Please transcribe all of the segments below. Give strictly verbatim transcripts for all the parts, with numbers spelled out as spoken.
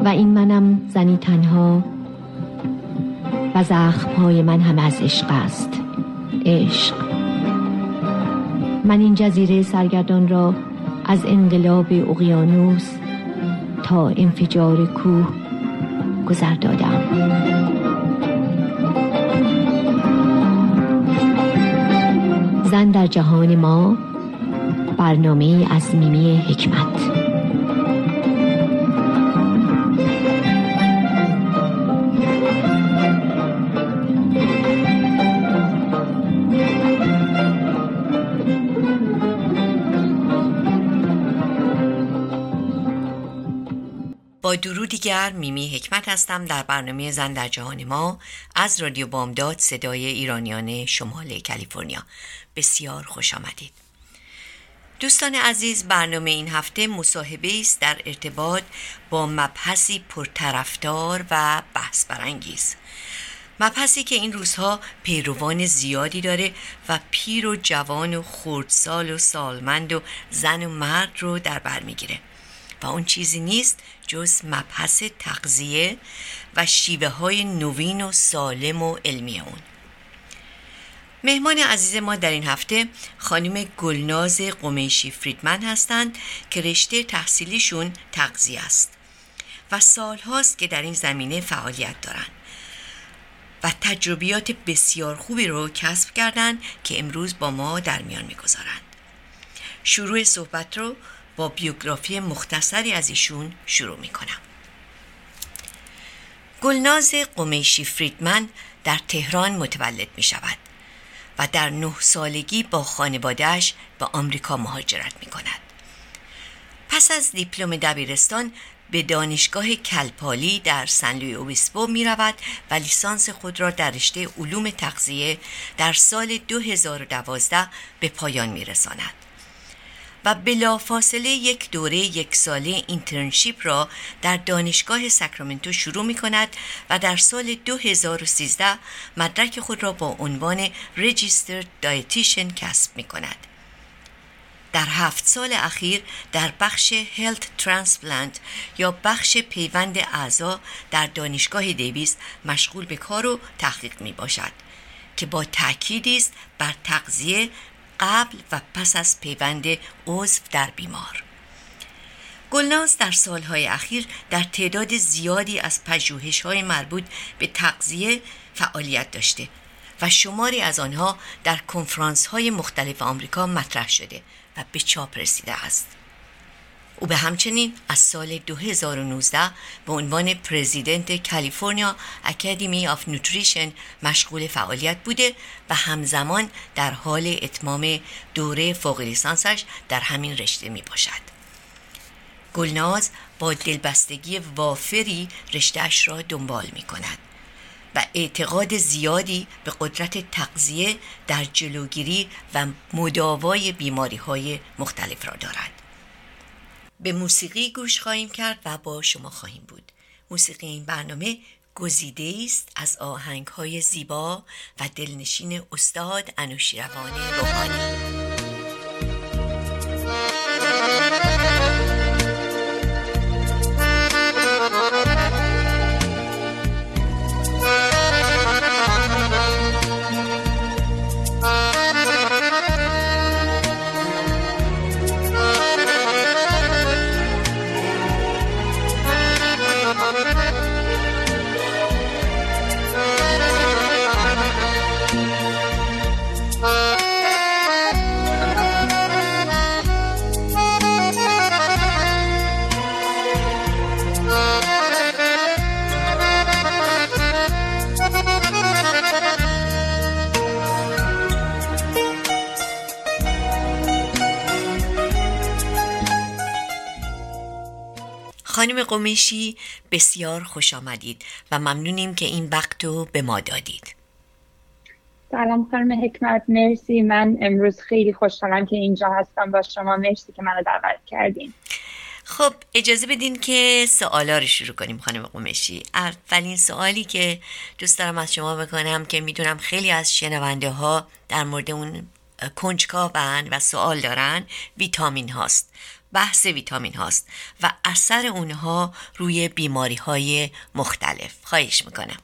و این منم زنی تنها و زخم‌های من هم از عشق است. عشق. من این جزیره سرگردان را از انقلاب اقیانوس تا انفجار کوه گذر دادم. زن در جهان ما، برنامه از میمی حکمت. با درود دیگر، میمی حکمت هستم در برنامه زن در جهان ما از رادیو بامداد، صدای ایرانیان شمال کالیفرنیا. بسیار خوش آمدید. دوستان عزیز، برنامه این هفته مصاحبه است در ارتباط با مبحثی پرطرفدار و بحث برانگیز. مبحثی که این روزها پیروان زیادی داره و پیر و جوان و خردسال و سالمند و زن و مرد رو در بر میگیره و اون چیزی نیست جز مبحث تغذیه و شیوه های نوین و سالم و علمی اون. مهمان عزیز ما در این هفته خانم گلناز قمیشی فریدمن هستند که رشته تحصیلیشون تغذیه است و سالهاست که در این زمینه فعالیت دارند و تجربیات بسیار خوبی رو کسب کردند که امروز با ما در میان میگذارند. شروع صحبت رو با بیوگرافی مختصری از ایشون شروع می کنم. گلناز قمیشی فریدمن در تهران متولد می شود و در نه سالگی با خانواده‌اش به آمریکا مهاجرت می کند. پس از دیپلم دبیرستان به دانشگاه کلپالی در سن لوئی اوبیسپو می رود و لیسانس خود را در رشته علوم تغذیه در سال دو هزار و دوازده به پایان می رساند و بلافاصله یک دوره یک ساله اینترنشیپ را در دانشگاه ساکرامنتو شروع می کند و در سال دو هزار و سیزده مدرک خود را با عنوان Registered Dietitian کسب می کند. در هفت سال اخیر در بخش Health Transplant یا بخش پیوند اعضا در دانشگاه دیویس مشغول به کار و تحقیق می باشد که با تأکیدی است بر تغذیه قبل و پس از پیوند عضو در بیمار. گلناز در سالهای اخیر در تعداد زیادی از پژوهش‌های مربوط به تغذیه فعالیت داشته و شماری از آنها در کنفرانس‌های مختلف آمریکا مطرح شده و به چاپ رسیده است. او به همچنین از سال دو هزار و نوزده به عنوان پرزیدنت کالیفرنیا اکادمی آف نوتریشن مشغول فعالیت بوده و همزمان در حال اتمام دوره فوق لیسانسش در همین رشته می باشد. گلناز با دلبستگی وافری رشته‌اش را دنبال می کند و اعتقاد زیادی به قدرت تغذیه در جلوگیری و مداوای بیماری‌های مختلف را دارد. به موسیقی گوش خواهیم کرد و با شما خواهیم بود. موسیقی این برنامه گزیده است از آهنگ‌های زیبا و دلنشین استاد انوشیروان روحانی. خانم قمیشی، بسیار خوش آمدید و ممنونیم که این وقت رو به ما دادید. سلام خانم حکمت، مرسی. من امروز خیلی خوشحالم که اینجا هستم با شما. مرسی که منو دعوت کردین. خب اجازه بدین که سوالا رو شروع کنیم خانم قمیشی. اولین سوالی که دوست دارم از شما بکنم که میدونم خیلی از شنونده ها در مورد اون کنجکاوند و سوال دارن، ویتامین هاست بحث ویتامین هاست و اثر اونها روی بیماری های مختلف. خواهش میکنم.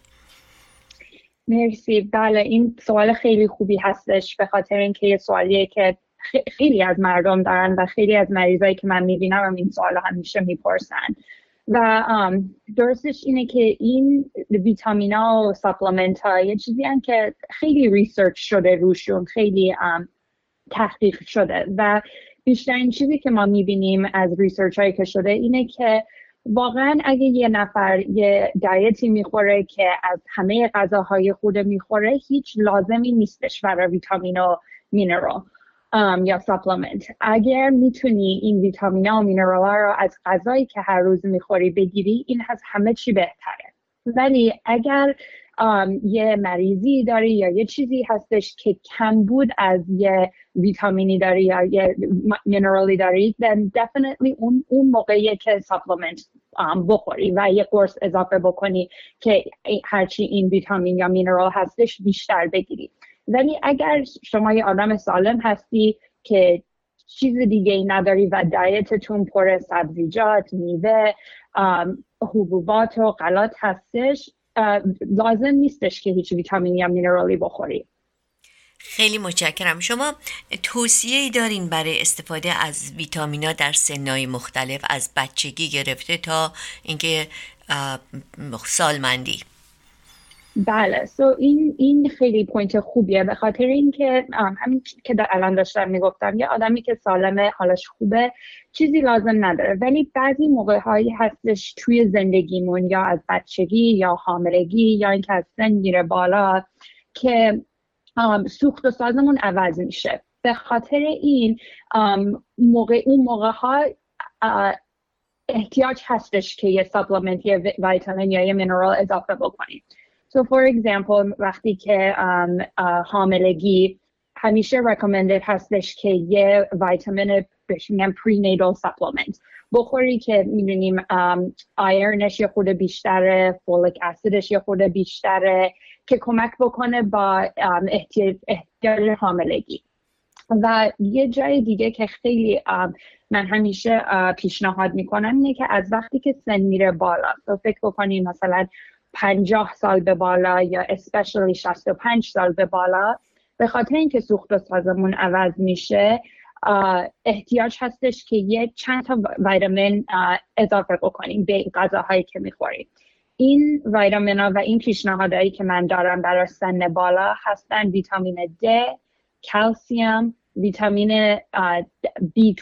مرسی. بله، این سوال خیلی خوبی هستش، به خاطر اینکه یه سوالیه که خیلی از مردم دارن و خیلی از مریضایی که من میبینم هم این سوال همیشه میپرسن. و درستش اینه که این ویتامین ها و ساپلمنت ها یه چیزی هن که خیلی ریسرچ شده روشون، خیلی تحقیق شده و بیشترین چیزی که ما میبینیم از ریسرچ هایی که شده اینه که واقعا اگه یه نفر یه دایتی میخوره که از همه غذاهای خود میخوره، هیچ لازمی نیستش برای ویتامین و مینرال Um, یا ساپلمنت. اگر میتونی این ویتامین ها و مینرال ها رو از غذایی که هر روز میخوری بگیری، این از همه چی بهتره. ولی اگر um, یه مریضی داری یا یه چیزی هستش که کمبود از یه ویتامینی داری یا یه مینرالی داری، then definitely اون, اون موقعیه که ساپلمنت um, بخوری و یه قرص اضافه بکنی که هرچی این ویتامین یا مینرال هستش بیشتر بگیری. ولی اگر شما یه آدم سالم هستی که چیز دیگه ای نداری و دایتتون پر سبزیجات، میوه، حبوبات و غلات هستش، لازم نیستش که هیچ ویتامینی یا مینرالی بخوری. خیلی متشکرم. شما توصیه‌ای دارین برای استفاده از ویتامینا در سن‌های مختلف، از بچگی گرفته تا اینکه سالمندی؟ بله، سو این این خیلی پوینت خوبیه، به خاطر اینکه همین که الان داشتم میگفتم، یه آدمی که سالمه، حالش خوبه، چیزی لازم نداره. ولی بعضی موقع‌هایی هستش توی زندگیمون، یا از بچگی یا حاملگی یا اینکه از سن میره بالا، که سوخت و سازمون عوض میشه. به خاطر این موقع اون موقع‌ها احتیاج هستش که یه ساپلمنت، یه ویتامین یا یه مینرال اضافه بکنیم. So for example وقتی که um, uh, حاملگی همیشه recommended هستش که یه ویتامین بهش میگن prenatal supplement بخوری که میدونیم آیرنش یه خورده بیشتره، فولیک اسیدش یه خورده بیشتره، که کمک بکنه با um, احتیاج, احتیاج حاملگی. و یه جای دیگه که خیلی um, من همیشه uh, پیشنهاد میکنم اینه که از وقتی که سن میره بالا، تو فکر بکنیم مثلا پنجاه سال به بالا یا اسپشیالی شصت و پنج سال به بالا، به خاطر اینکه سوخت و سازمون عوض میشه، احتیاج هستش که یه چند تا ویتامین اضافه بکنیم به غذاهایی که میخوریم. این ویتامینا و این پیشنهادهایی که من دارم برای سن بالا هستن ویتامین D، کلسیم، ویتامین بی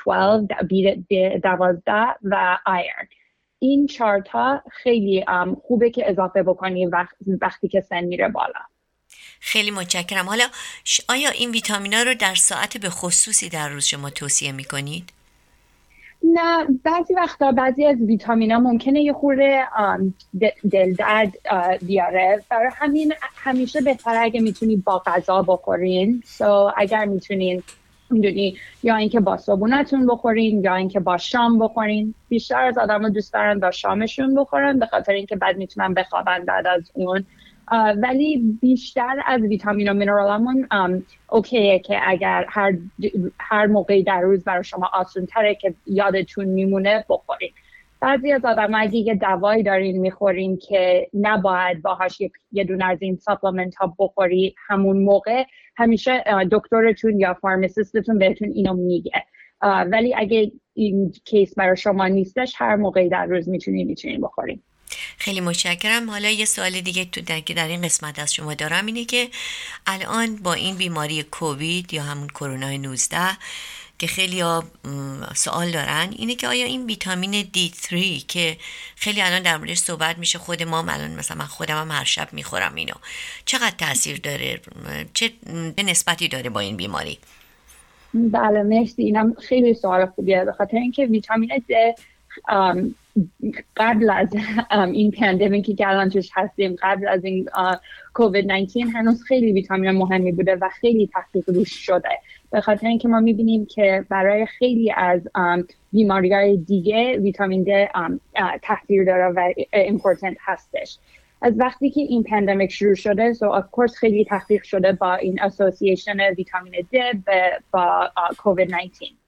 دوازده و آیرن. این چارتا خیلی خوبه که اضافه بکنی وقت وقتی که سن میره بالا. خیلی متشکرم. حالا آیا این ویتامینا رو در ساعت به خصوصی در روز شما توصیه میکنید؟ نه، بعضی وقتا بعضی از ویتامینا ممکنه یه خورده دل درد بیاره، برای همین همیشه بهتره اگه میتونی با غذا بخورین. so اگر میتونین میدونی یا اینکه با صبحونتون بخورین یا اینکه با شام بخورین. بیشتر از آدم‌ها دوست دارن با شامشون بخورن، به خاطر اینکه بعد میتونن بخوابن بعد از اون. ولی بیشتر از ویتامین و مینرالمون اوکیه که اگر هر هر موقعی در روز برای شما آسان تره که یادتون میمونه بخورین. بعضی از آدم‌ها اگه یه دوایی دارین میخورین که نباید باهاش یه دونه از این ساپلمنت ها بخوری همون موقع، همیشه دکترتون یا فارماسیستتون بهتون اینو میگه. ولی اگه این کیس برای شما نیستش، هر موقعی در روز میتونین میتونین بخورین. خیلی متشکرم. حالا یه سوال دیگه تو در, در این قسمت از شما دارم، اینه که الان با این بیماری کووید یا همون کرونا نوزده که خیلی ها سوال دارن، اینه که آیا این ویتامین دی سه که خیلی الان در موردش صحبت میشه، خود ما الان مثلا من خودم هم هر شب میخورم اینو، چقدر تاثیر داره، چه نسبتی داره با این بیماری؟ بله مرسی، اینم خیلی سوال خوبیه، به خاطر اینکه ویتامین دی قبل از این پاندمیکی که الان توش هستیم، قبل از این کووید نوزده، هنوز خیلی ویتامین مهمی بوده و خیلی تحقیق روش شده، به خاطر اینکه ما میبینیم که برای خیلی از بیماری‌های دیگه ویتامین دی تاثیر داره و امپورتنت هستش. از وقتی که این پاندمیک شروع شده، so of course خیلی تحقیق شده با این اسوسییشن ویتامین دی با کووید نوزده.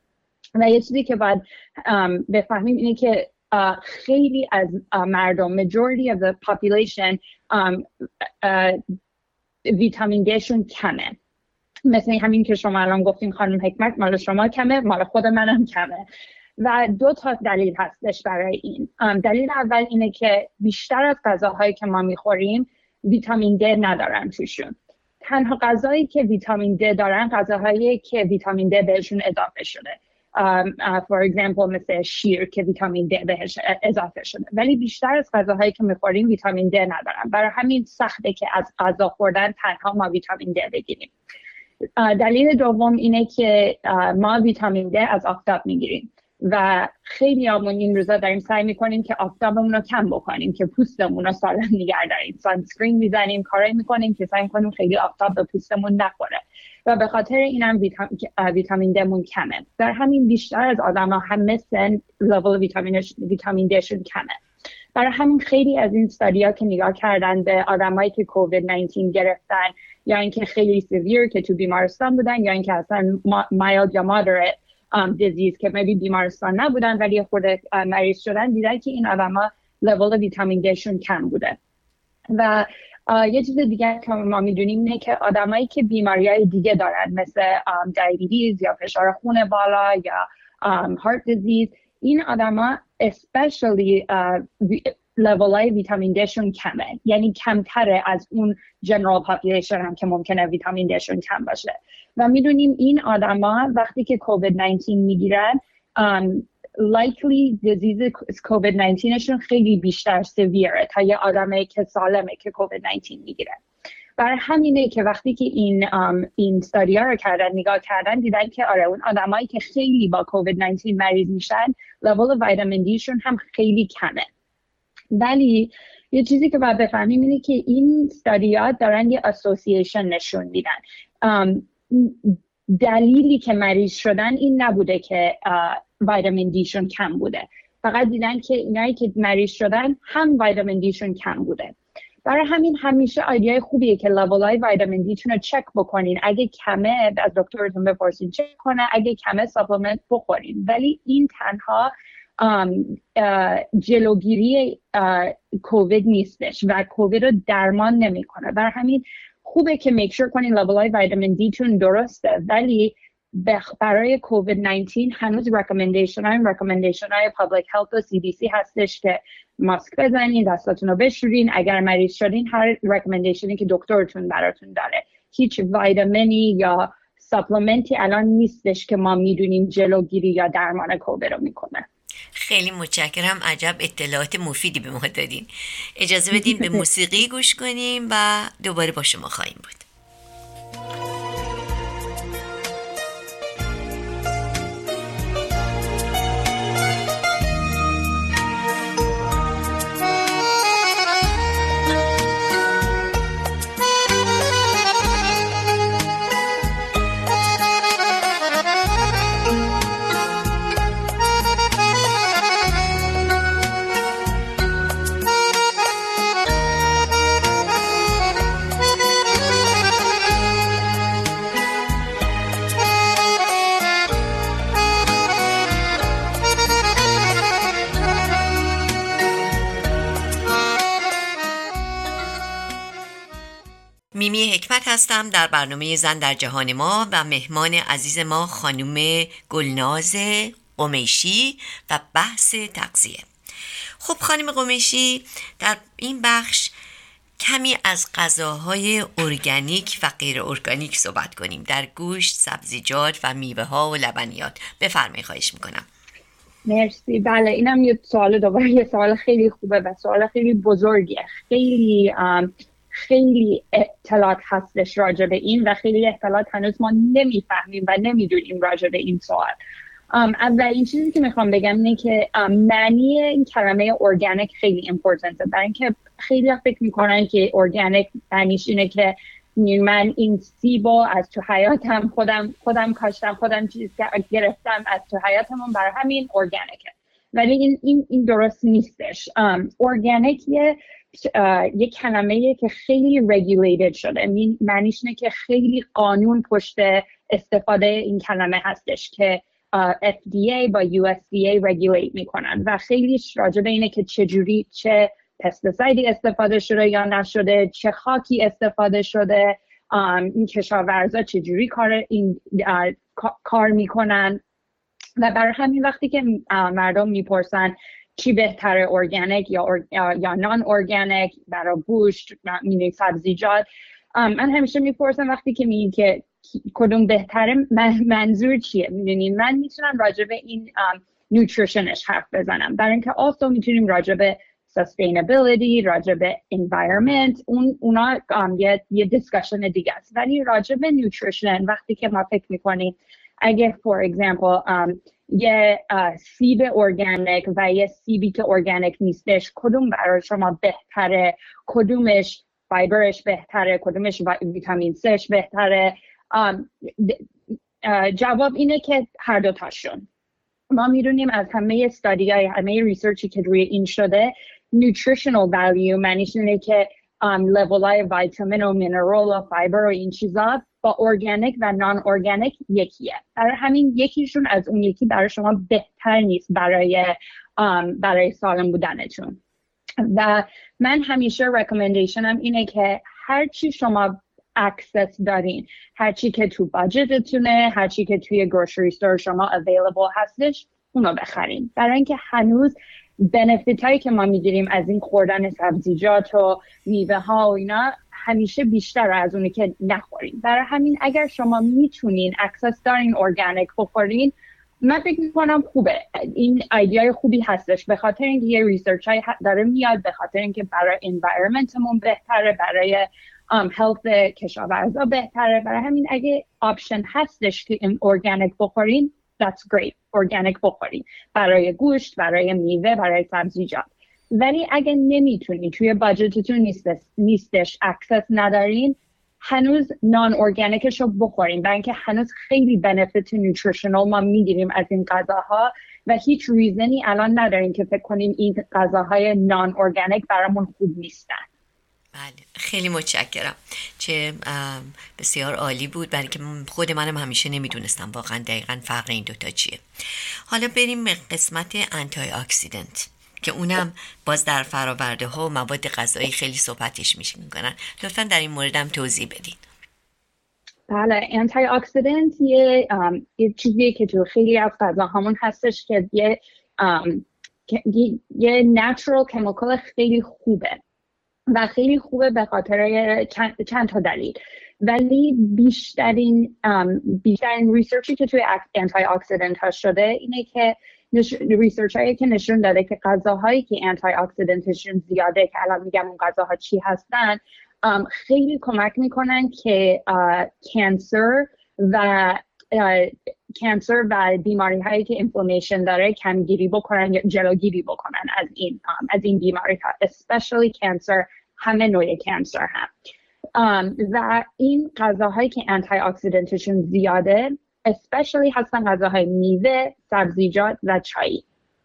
و یه چیزی که باید بفهمیم اینه که Uh, خیلی از uh, مردم majority of the population um, uh, ویتامین دی شون کمه، مثل همین که شما الان گفتین خانم حکمت، مال شما کمه، مال خود منم کمه. و دو تا دلیل هستش برای این. um, دلیل اول اینه که بیشتر از غذاهایی که ما میخوریم ویتامین دی ندارن توشون. تنها غذایی که ویتامین دی دارن غذاهایی که ویتامین دی بهشون اضافه شده. Um, uh, for example مثل شیر که ویتامین دی بهش اضافه شده، ولی بیشتر از غذاهایی که میخوریم ویتامین دی ندارن. برای همین سخته که از غذا خوردن تنها ما ویتامین دی بگیریم. uh, دلیل دوم اینه که uh, ما ویتامین دی از آفتاب میگیریم و خیلی همون این روزا داریم سعی میکنیم که آفتابمون رو کم بکنیم که پوستمون رو سالم نگه داریم، سانسکرین میزنیم، کارایی میکنیم که سعی کنیم خیلی آفتاب به پوستمون نخوره و به خاطر اینم ویتام... ویتامین دی مون کمه. در همین بیشتر از آدما همه سن لول ویتامین ویتامین دی شون کمه. برای همین خیلی از این استادیا که نگاه کردن به آدمایی که کووید نوزده گرفتن یا اینکه خیلی سیویر که تو بیمارستان بودن یا اینکه اصلا مایلد یا مادرت دیزیز که میبی بیمارستان نبودن ولی خود مریض شدن، دیدن که این آدما لول ویتامین دی شون کم بوده. و یه چیز دیگه که ما میدونیم اینه که آدمایی که بیماریهای دیگه دارن مثل دیابتیس یا فشار خون بالا یا هارت دیزیز، این آدما especially level های ویتامین دی شون کمه، یعنی کمتره از اون جنرال پاپولیشن هم که ممکنه ویتامین دی شون کم باشه. و میدونیم این آدما وقتی که کووید نوزده میگیرن likely disease کووید نوزده شون خیلی بیشتر سیویره تا یه آدمی که سالمه که کووید نوزده میگیره. برای همینه که وقتی که این این استادیا رو کردن نگاه کردن دیدن که آره اون آدمایی که خیلی با کووید نوزده مریض میشن لول ویتامین دی شون هم خیلی کمه. ولی یه چیزی که باید بفهمیم اینه که این استادیا دارن یه اسوسییشن نشون میدن. دلیلی که مریض شدن این نبوده که ویتامین دی شون کم بوده، فقط دیدن که اینایی که مریض شدن هم ویتامین دی شون کم بوده. برای همین همیشه ایده خوبیه که لول های ویتامین دی تون رو چک بکنین. اگه کمه از دکترتون بپرسین چک کنه، اگه کمه ساپلمنت بخورین. ولی این تنها جلوگیری کووید نیستش و کووید رو درمان نمیکنه. برای همین خوبه که میک شور کنین لول های ویتامین دی تون درسته، ولی برای کووید نوزده هنوز ریکامندیشن های ریکامندیشن های پابلیک هلت و سی دی سی هستش که ماسک بزنین، دستاتون رو بشورین، اگر مریض شدین هر ریکامندیشنی که دکترتون براتون داره. هیچ ویتامینی یا ساپلمنتی الان نیستش که ما میدونیم جلوگیری یا درمان کووید رو میکنه. خیلی متشکرم، عجب اطلاعات مفیدی به ما دادین. اجازه بدین به موسیقی گوش کنیم و دوباره با شما خواهیم بود. میمی حکمت هستم در برنامه زن در جهان ما و مهمان عزیز ما خانم گلناز قمیشی و بحث تغذیه. خب خانم قمیشی، در این بخش کمی از غذاهای ارگانیک و غیر ارگانیک صحبت کنیم، در گوشت، سبزیجات و میوه ها و لبنیات. بفرمایید، خواهش میکنم. مرسی. بله، اینم یه سوال دوباره یه سوال خیلی خوبه و سوال خیلی بزرگیه. خیلی خیلی اطلاعات هستش راجع به این و خیلی اطلاعات هنوز ما نمیفهمیم و نمیدونیم راجع به این سوال. اولین چیزی که میخوام بگم اینه که معنی این کلمه ارگانیک خیلی امپورتنته، برای اینکه خیلی فکر میکنن که ارگانیک معنیش اینه که من این سیبو از تو حیاتم خودم خودم کاشتم، خودم چیز گرفتم از تو حیاتمون، برای همین ارگانیکه. ولی این این این درست نیستش. ارگانیک یه یه کلمه‌ایه که خیلی regulated شده، معنیش اینه که خیلی قانون پشت استفاده این کلمه هستش که اف دی ای با یو اس دی ای رگولیت میکنن و خیلیش راجع به اینه که چجوری چه پستیسایدی استفاده شده یا نشده، چه خاکی استفاده شده، این کشاورزا چجوری کار این کار میکنن. و برای همین وقتی که مردم میپرسن چی بهتره، ارگانیک یا یا نان ارگانیک برای گوشت، می‌دونید سبزیجات، من همیشه میپرسم وقتی که میگین که کدوم بهتره منظور چیه. میدونید من میتونم راجع به این نوتریشنش حرف بزنم، برای اینکه also میتونیم راجع به sustainability، راجع به environment، اون اونا یه یه دیسکشن دیگه است. ولی راجع به نوتریشن وقتی که ما فکر میکنیم اگه for example um, یه uh, سیب ارگانیک و یه سیبی که ارگانیک نیستش، کدوم برای شما بهتره، کدومش فایبرش بهتره، کدومش ویتامین سش بهتره؟ um, uh, جواب اینه که هر دو تاشون. ما میدونیم از همه استادی های، همه ریسرچی که روی این شده، nutritional value معنیش اینه که لیول های ویتامین و مینرال و فایبر و این چیزا با ارگانیک و نان ارگانیک یکیه. برای همین یکیشون از اون یکی برای شما بهتر نیست برای برای سالم بودنتون. و من همیشه ریکامندیشنم اینه که هرچی شما اکسس دارین، هرچی که تو باجتتونه، هرچی که توی گروسری استور شما اویلیبل هستش، اونو بخرین. برای اینکه هنوز بنفیت هایی که ما میگیریم از این خوردن سبزیجات و میوه ها و اینا همیشه بیشتر از اونی که نخورین. برای همین اگر شما میتونین اکسس دارین ارگانیک بخورین، من فکر میکنم خوبه. این ایده خوبی هستش، به خاطر اینکه یه ریسرچ های داره میاد، به خاطر اینکه برای انوایرمنتمون بهتره، برای هلت کشاورزا بهتره. برای همین اگه آپشن هستش که این ارگانیک بخورین، that's great، ارگانیک بخورین برای گوشت، برای میوه، برای سبزیجات. ولی اگه نمیتونین، توی باجتتون نیستش نیستش اکسس ندارین، هنوز نان ارگانیکش رو بخورین، برای اینکه هنوز خیلی بنفیت نوتریشنال ما میگیریم از این غذاها و هیچ ریزنی الان ندارین که فکر کنیم این غذاهای نان ارگانیک برامون خوب نیستن. بله، خیلی متشکرم. چه بسیار عالی بود، برای که خود منم همیشه نمیدونستم واقعا دقیقاً فرق این دوتا چیه. حالا بریم به قسمت انتی اکسیدنت که اونم باز در فرآورده ها و مواد غذایی خیلی صحبتش میکنن. لطفاً در این موردم توضیح بدین. بله، انتی اکسیدنت یه یه چیزیه که تو خیلی از غذاهامون هستش که یه یه نچرال کمیکال خیلی خوبه و خیلی خوبه به خاطر چند, چند تا دلیل. ولی بیشترین بیشترین ریسرچی که توی انتی اکسیدنت ها شده اینه که ریسرچ هایی که نشون داده که غذاهایی که انتی اکسیدنتشون زیاده، که الان میگم اون غذاها چی هستن، خیلی کمک میکنن که کانسر و کانسر و بیماری هایی که اینفلامیشن داره کمگیری بکنن یا جلوگیری بکنن از این از این بیماری ها، especially کانسر، همه نوع کانسر هم. و این غذاهایی که انتی اکسیدنتشون زیاده especially هستن غذاهای میوه، سبزیجات و چای.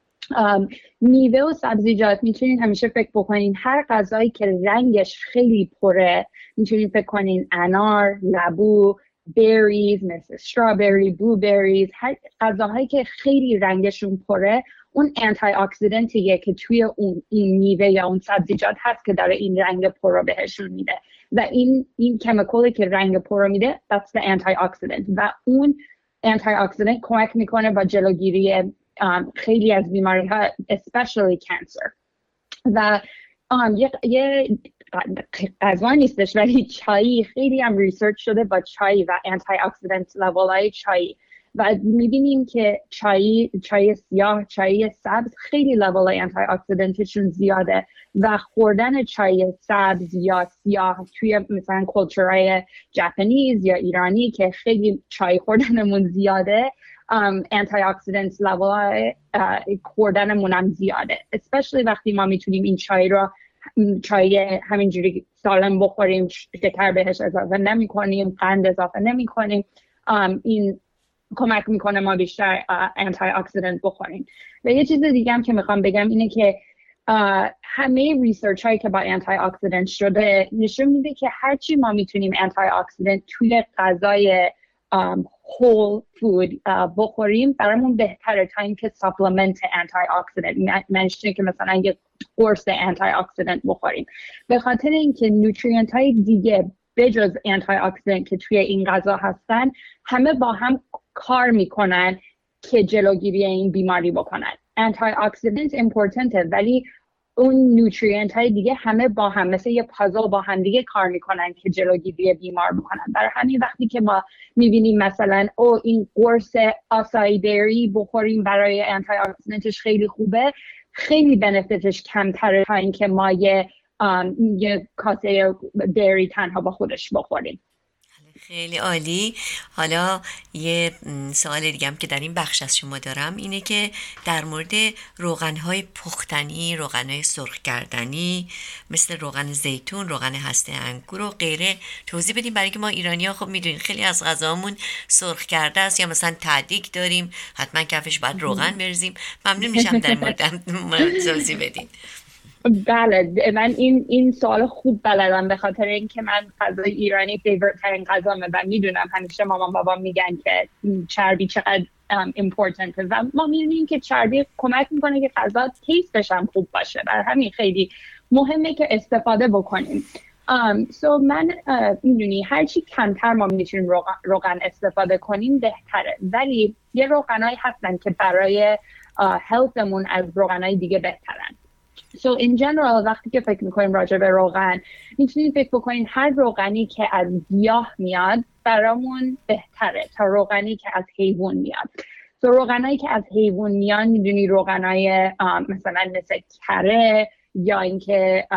میوه و سبزیجات میتونین همیشه فکر بکنین هر غذایی که رنگش خیلی پره، میتونین فکر کنین انار، لبو، بریز مثل استرابری، بلوبریز، هر غذاهایی که خیلی رنگشون پره، اون انتی اکسیدنتیه که توی اون این میوه یا اون سبزیجات هست که داره این رنگ پر رو بهشون میده و این این کمیکالی که رنگ پر رو میده that's the anti-oxidant و اون anti-oxidant کمک میکنه با جلوگیری um, خیلی از بیماری ها especially cancer. و um, یه, یه غذا نیستش ولی چای خیلی هم ریسرچ شده با چای و anti-oxidant level های چای و میبینیم که چای چای سیاه، چای سبز خیلی لول انتی اکسیدنتشون زیاده و خوردن چای سبز یا سیاه توی مثلا کلچرهای ژاپنیز یا ایرانی که خیلی چای خوردنمون زیاده، انتی اکسیدنت لول خوردنمون هم زیاده، especially وقتی ما میتونیم این چای رو چای همینجوری سالم بخوریم، شکر بهش اضافه نمی کنیم، قند اضافه نمی کنیم، این کمک میکنه ما بیشتر انتی اکسیدنت بخوریم. و یه چیز دیگه هم که میخوام بگم اینه که همه ریسرچ هایی که با انتی اکسیدنت شده نشون میده که هرچی ما میتونیم انتی اکسیدنت توی غذای whole food بخوریم برامون بهتره تا اینکه supplement antioxidant منشونه که مثلا یه قرص antioxidant بخوریم، به خاطر اینکه نوتریانت های دیگه بجز antioxidant که توی این غذا هستن همه با هم کار میکنن که جلوگیری این بیماری بکنن. antioxidant importante ولی اون نوتریانت های دیگه همه با هم مثل یه پازل با هم دیگه کار میکنن که جلوگیری بیمار بکنن. برای همین وقتی که ما میبینیم مثلا او این قرص آسای بری بخوریم برای انتای اکسیدنتش خیلی خوبه، خیلی بنفیتش کمتره تا اینکه ما یه یه کاسه بری تنها با خودش بخوریم. خیلی عالی. حالا یه سوال دیگه هم که در این بخش از شما دارم اینه که در مورد روغن‌های پختنی، روغن‌های سرخ کردنی مثل روغن زیتون، روغن هسته انگور و غیره توضیح بدیم، برای که ما ایرانی‌ها خب میدونید خیلی از غذامون سرخ کرده است یا مثلا تعدیق داریم، حتما کفش باید روغن بریزیم. ممنون میشم در مورد توضیح بدین. بله، من این این سوال خوب بلدم به خاطر اینکه من غذای ایرانی فیوریت ترین غذامه و میدونم همیشه مامان بابا میگن که چربی چقدر ایمپورتنته و ما میدونیم که چربی کمک میکنه که غذا تیستش هم خوب باشه، برای همین خیلی مهمه که استفاده بکنیم. um, so من uh, میدونی هرچی کمتر ما میتونیم روغن, روغن استفاده کنیم بهتره، ولی یه روغنایی هستن که برای هلتمون uh, از روغنای دیگه بهترن. So in general وقتی که فکر میکنیم راجع به روغن میتونید فکر بکنین هر روغنی که از گیاه میاد برامون بهتره تا روغنی که از حیوان میاد. So روغنایی که از حیوان میان میدونی روغنای مثلا مثل کره یا اینکه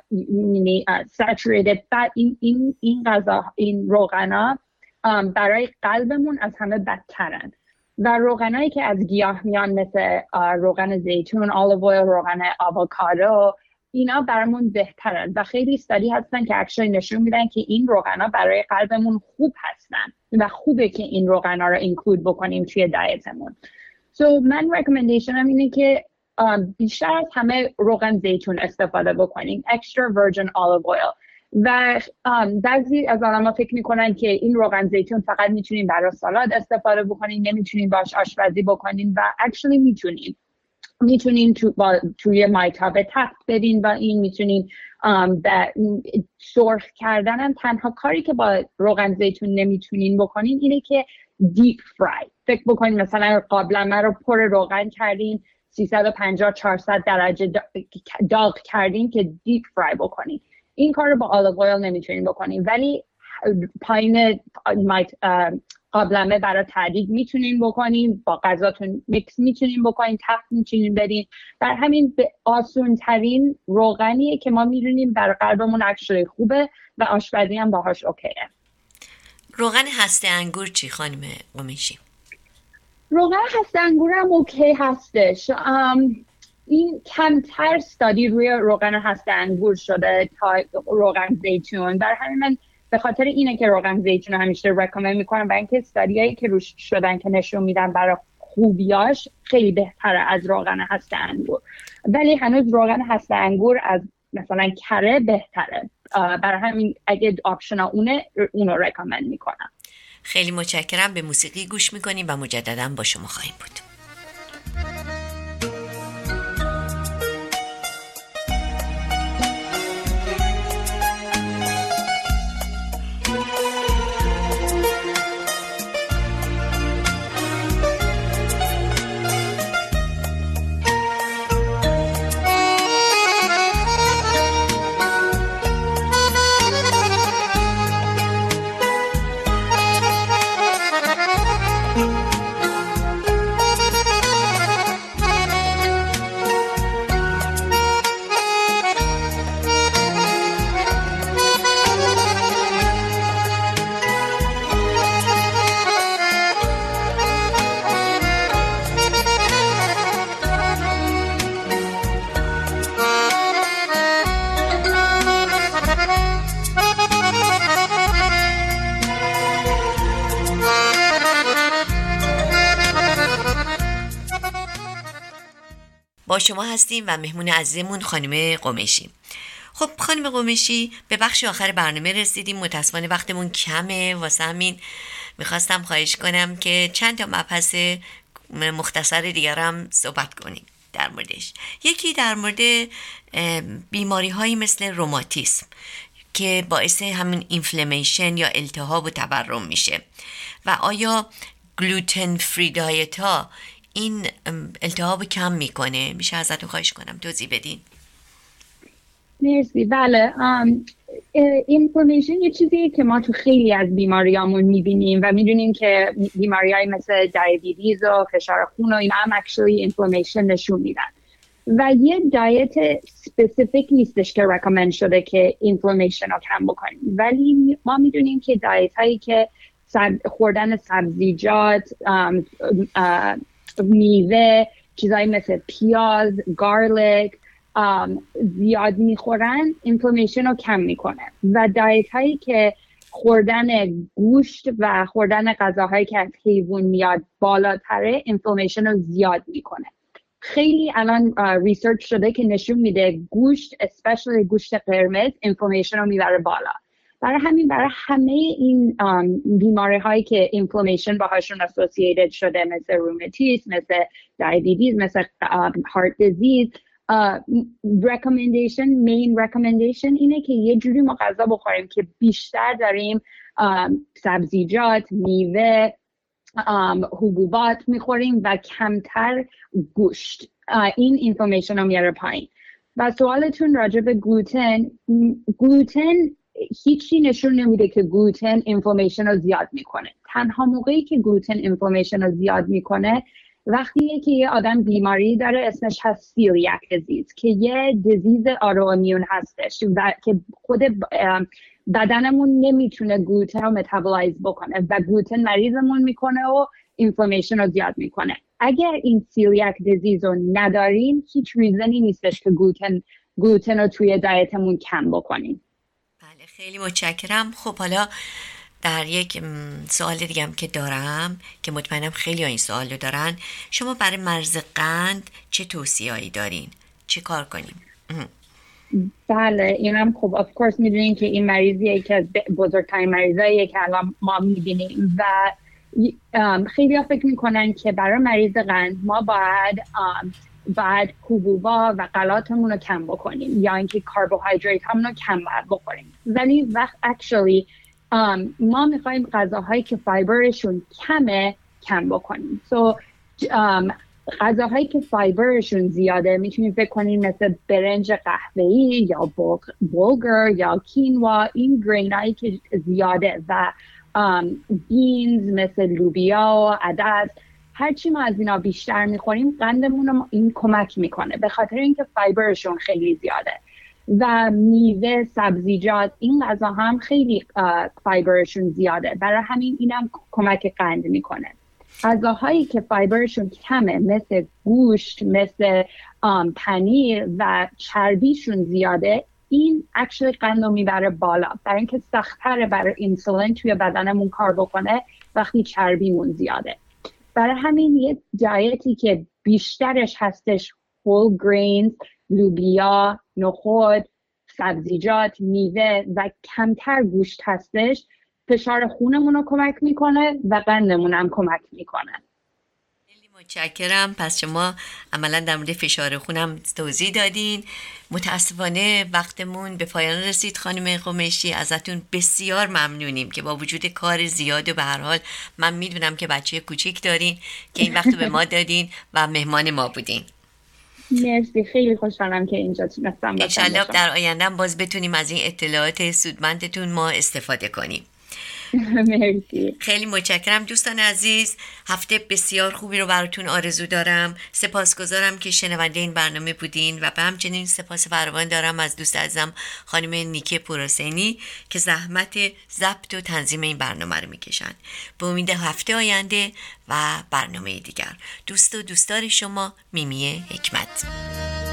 saturated fat، این این این غذا این روغنا برای قلبمون از همه بدترن. و روغنایی که از گیاه میان مثل روغن زیتون، olive oil، روغن آووکادو، اینا برامون بهترن و خیلی استادی هستن که اکچولی نشون میدن که این روغنا برای قلبمون خوب هستن و خوبه که این روغنا رو اینکلود بکنیم توی دایتمون. So من ریکامندیشنم اینه که بیشتر از همه روغن زیتون استفاده بکنیم، extra virgin olive oil. و بعضی از آدم‌ها فکر میکنن که این روغن زیتون فقط میتونین برای سالاد استفاده بکنین، نمیتونین باش آشپزی بکنین و actually میتونین میتونین تو با توی مایتابه تفت بدین و این میتونین سرخ کردن هم تنها کاری که با روغن زیتون نمیتونین بکنین اینه که دیپ فرای. فکر بکنین مثلا قابلمه رو پر روغن کردین، سیصد و پنجاه چهارصد درجه داغ کردین که دیپ فرای بکنین. این کار رو با آلیو اویل نمیتونین بکنین، ولی پایین قابلمه برای تعدیق میتونین بکنین، با غذاتون میکس میتونین بکنین، تفت میتونین بدین. در همین به آسون ترین روغنیه که ما میدونیم برای قلبمون اکچولی خوبه و آشپزی هم باهاش اوکیه. روغن هسته انگور چی خانم قمیشی؟ روغن هسته انگور هم اوکی هستش. این کمتر استادی روی روغن هسته انگور شده تا روغن زیتون، برای همین من به خاطر اینه که روغن زیتون رو همیشه رکامند میکنم و اینکه استادیایی که روش شدن که نشون میدن برای خوبیاش خیلی بهتره از روغن هسته انگور، ولی هنوز روغن هسته انگور از مثلا کره بهتره، برای همین اگه آپشنا اونه اونو رکامند میکنم. خیلی متشکرم. به موسیقی گوش میکنیم و مجددا با شما خواهیم بود. با شما هستیم و مهمون عزیزمون خانم قمیشی. خب خانم قمیشی، به بخش آخر برنامه رسیدیم. متاسفانه وقتمون کمه، واسه همین میخواستم خواهش کنم که چند تا مبحث مختصر دیگرم صحبت کنیم در موردش. یکی در مورد بیماری هایی مثل روماتیسم که باعث همین اینفلمیشن یا التهاب و تورم میشه و آیا گلوتن فری دایت ها این التهاب کم میکنه؟ میشه ازتون خواهش کنم توضیح بدین؟ مرسی. بله، اینفلمیشن یه چیزیه که ما تو خیلی از بیماریامون میبینیم و میدونیم که بیماریای مثل دیابتیس و فشار خون و اینا هم اکچولی اینفلمیشن نشون میدن و یه دایت سپسیفیک نیستش که رکامند شده که اینفلمیشن رو کم بکنیم، ولی ما میدونیم که دایت هایی که سب... خوردن سبزیجات، ام، ام، میوه، چیزایی مثل پیاز، گارلیک زیاد میخورن اینفلمیشن رو کم میکنه و دایت هایی که خوردن گوشت و خوردن غذاهایی که از حیوان میاد بالاتره اینفلمیشن رو زیاد میکنه. خیلی الان ریسرچ شده که نشون میده گوشت، اسپشیلی گوشت قرمز، اینفلمیشن رو میبره بالا. برای همین برای همه این بیماری هایی که اینفلمیشن باهاشون اسوسییتد شده مثل روماتیسم، مثل دیابتیس، مثل هارت دیزیز، recommendation main recommendation اینه که یه جوری ما غذا بخوریم که بیشتر داریم سبزیجات، میوه، حبوبات میخوریم و کمتر گوشت. این اینفورمیشن رو میاره پایین. و سوالتون راجع به گلوتن، گلوتن هیچی نشون نمیده که گلوتن اینفورمیشن رو زیاد میکنه. تنها موقعی که گلوتن اینفورمیشن رو زیاد میکنه وقتیه که یه آدم بیماری داره اسمش هست سیلیاک دیزیز که یه دیزیز آتوایمون هستش و که خود بدنمون نمیتونه گلوتن رو متابولایز بکنه و گلوتن مریضمون میکنه و اینفلمیشن رو زیاد میکنه. اگر این سیلیاک دیزیز رو ندارین هیچ ریزنی نیستش که گلوتن گلوتن رو توی دایتمون کم بکنین. بله، خیلی متشکرم. خب حالا در یک سوال دیگه هم که دارم که مطمئنم خیلی ها این سوال رو دارن، شما برای مرز قند چه توصیه‌ای دارین؟ چه کار کنیم؟ بله، اینم خب of course میدونین که این مریضیه که از بزرگترین مریضاییه که الان ما میبینیم و خیلی ها فکر میکنن که برای مریض قند ما باید باید حبوبا و غلاتمون رو کم بکنیم یا اینکه کربوهیدرات همون رو کم باید بخوریم، ولی وقت actually Um, ما میخوایم غذاهایی که فایبرشون کمه کم بکنیم. so, um, غذاهایی که فایبرشون زیاده میتونیم فکر کنیم مثل برنج قهوه‌ای یا بولگر یا کینوا، این گرینایی که زیاده و um, بینز مثل لوبیا و عدس، هرچی ما از اینا بیشتر میخوریم قندمون رو این کمک میکنه به خاطر اینکه فایبرشون خیلی زیاده. و میوه، سبزیجات، این غذا هم خیلی فایبرشون زیاده، برای همین اینم کمک قند میکنه. غذاهایی که فایبرشون کمه مثل گوشت، مثل پنیر و چربیشون زیاده، این اکچولی قند رو میبره بالا، برای اینکه سخت‌تره برای اینسولین توی بدنمون کار بکنه وقتی چربیمون زیاده. برای همین یه دایتی که بیشترش هستش whole grains، لوبیا، نخود، سبزیجات، میوه و کمتر گوشت هستش، فشار خونمون رو کمک میکنه و قندمون هم کمک میکنه. خیلی متشکرم. پس شما عملا در مورد فشار خونم توضیح دادین. متاسفانه وقتمون به پایان رسید خانم قمیشی، ازتون بسیار ممنونیم که با وجود کار زیاد و به هر حال من میدونم که بچه کوچیک دارین که این وقت به ما دادین و مهمان ما بودین. مرسی، خیلی خوشحالم که اینجا تونستم باشم. انشالله در آینده باز بتونیم از این اطلاعات سودمندتون ما استفاده کنیم. مرسی. خیلی متشکرم دوستان عزیز. هفته بسیار خوبی رو براتون آرزو دارم. سپاسگزارم که شنونده این برنامه بودین و به همچنین سپاس فراوان دارم از دوست عزیزم خانم نیکی پورحسینی که زحمت ضبط و تنظیم این برنامه رو میکشن. به امید هفته آینده و برنامه دیگر. دوست و دوستدار شما میمی حکمت.